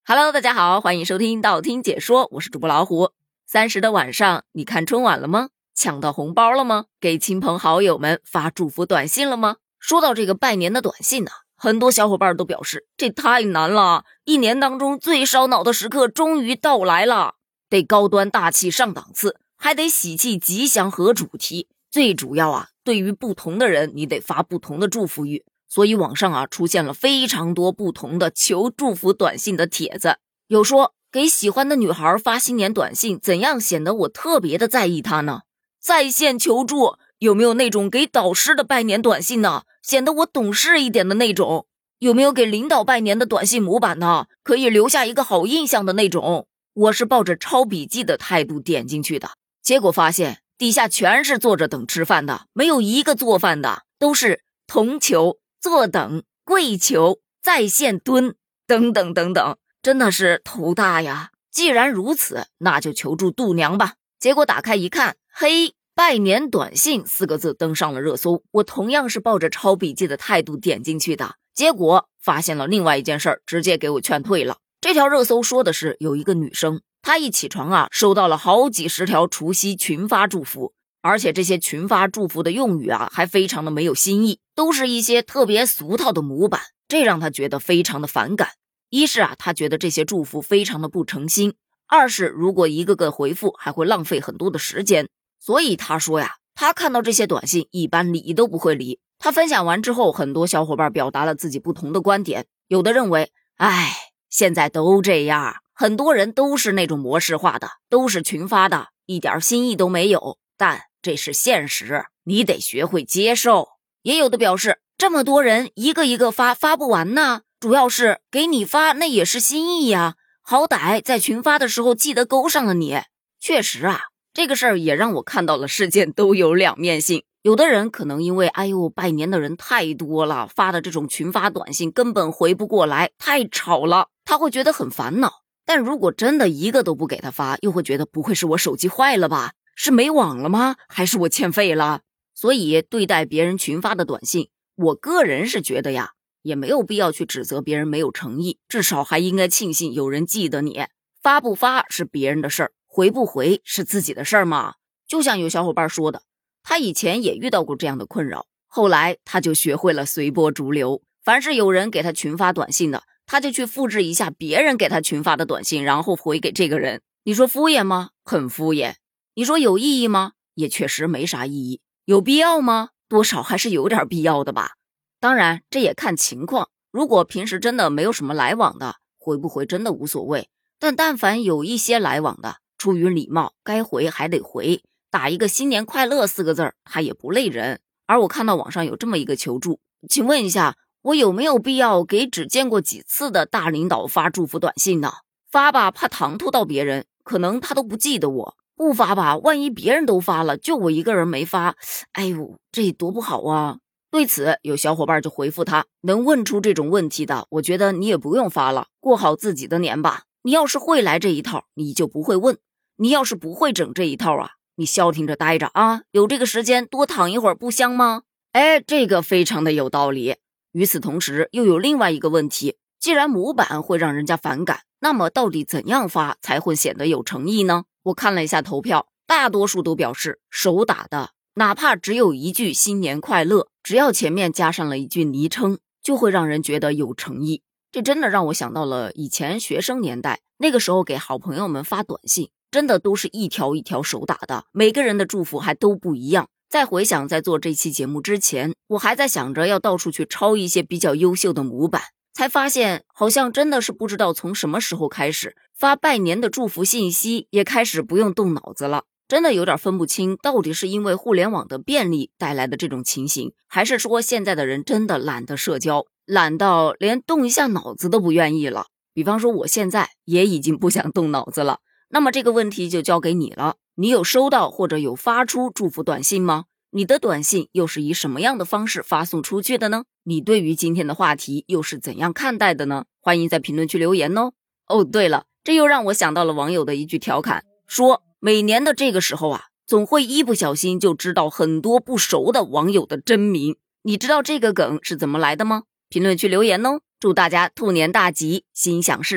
Hello， 大家好，欢迎收听道听解说，我是主播老虎。30的晚上，你看春晚了吗？抢到红包了吗？给亲朋好友们发祝福短信了吗？说到这个拜年的短信呢，很多小伙伴都表示这太难了，一年当中最烧脑的时刻终于到来了，得高端大气上档次，还得喜气吉祥和主题，最主要啊，对于不同的人你得发不同的祝福语。所以网上啊出现了非常多不同的求祝福短信的帖子，有说给喜欢的女孩发新年短信，怎样显得我特别的在意她呢？在线求助，有没有那种给导师的拜年短信呢？显得我懂事一点的那种？有没有给领导拜年的短信模板呢？可以留下一个好印象的那种？我是抱着抄笔记的态度点进去的，结果发现底下全是坐着等吃饭的，没有一个做饭的，都是同求、坐等、跪求、在线蹲等等等等，真的是头大呀。既然如此，那就求助度娘吧。结果打开一看，嘿，拜年短信4个字登上了热搜。我同样是抱着抄笔记的态度点进去的，结果发现了另外一件事儿，直接给我劝退了。这条热搜说的是有一个女生，她一起床啊，收到了好几十条除夕群发祝福，而且这些群发祝福的用语啊，还非常的没有新意，都是一些特别俗套的模板，这让他觉得非常的反感。一是啊，他觉得这些祝福非常的不诚心；二是如果一个个回复，还会浪费很多的时间。所以他说呀，他看到这些短信一般理都不会理。他分享完之后，很多小伙伴表达了自己不同的观点，有的认为，现在都这样，很多人都是那种模式化的，都是群发的，一点新意都没有，但这是现实，你得学会接受。也有的表示，这么多人一个一个发不完呢，主要是给你发那也是心意呀，好歹在群发的时候记得勾上了你。确实啊，这个事儿也让我看到了事件都有两面性。有的人可能因为拜年的人太多了，发的这种群发短信根本回不过来，太吵了，他会觉得很烦恼。但如果真的一个都不给他发，又会觉得不会是我手机坏了吧？是没网了吗？还是我欠费了？所以对待别人群发的短信，我个人是觉得呀，也没有必要去指责别人没有诚意，至少还应该庆幸有人记得你。发不发是别人的事儿，回不回是自己的事儿嘛。就像有小伙伴说的，他以前也遇到过这样的困扰，后来他就学会了随波逐流，凡是有人给他群发短信的，他就去复制一下别人给他群发的短信，然后回给这个人。你说敷衍吗？很敷衍。你说有意义吗？也确实没啥意义。有必要吗？多少还是有点必要的吧。当然这也看情况，如果平时真的没有什么来往的，回不回真的无所谓，但凡有一些来往的，出于礼貌该回还得回，打一个新年快乐4个字他也不累人。而我看到网上有这么一个求助，请问一下，我有没有必要给只见过几次的大领导发祝福短信呢？发吧怕唐突到别人，可能他都不记得我；不发吧，万一别人都发了，就我一个人没发，这多不好啊。对此有小伙伴就回复他，能问出这种问题的，我觉得你也不用发了，过好自己的年吧。你要是会来这一套，你就不会问；你要是不会整这一套啊，你消停着待着啊，有这个时间多躺一会儿不香吗？这个非常的有道理。与此同时又有另外一个问题，既然模板会让人家反感，那么到底怎样发才会显得有诚意呢？我看了一下投票，大多数都表示手打的，哪怕只有一句新年快乐，只要前面加上了一句昵称，就会让人觉得有诚意。这真的让我想到了以前学生年代，那个时候给好朋友们发短信，真的都是一条一条手打的，每个人的祝福还都不一样。再回想在做这期节目之前，我还在想着要到处去抄一些比较优秀的模板，才发现好像真的是不知道从什么时候开始，发拜年的祝福信息也开始不用动脑子了。真的有点分不清，到底是因为互联网的便利带来的这种情形，还是说现在的人真的懒得社交，懒到连动一下脑子都不愿意了。比方说我现在也已经不想动脑子了，那么这个问题就交给你了。你有收到或者有发出祝福短信吗？你的短信又是以什么样的方式发送出去的呢？你对于今天的话题又是怎样看待的呢？欢迎在评论区留言哦。对了，这又让我想到了网友的一句调侃，说每年的这个时候啊，总会一不小心就知道很多不熟的网友的真名。你知道这个梗是怎么来的吗？评论区留言哦。祝大家兔年大吉，心想事成。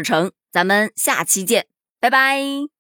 咱们下期见，拜拜。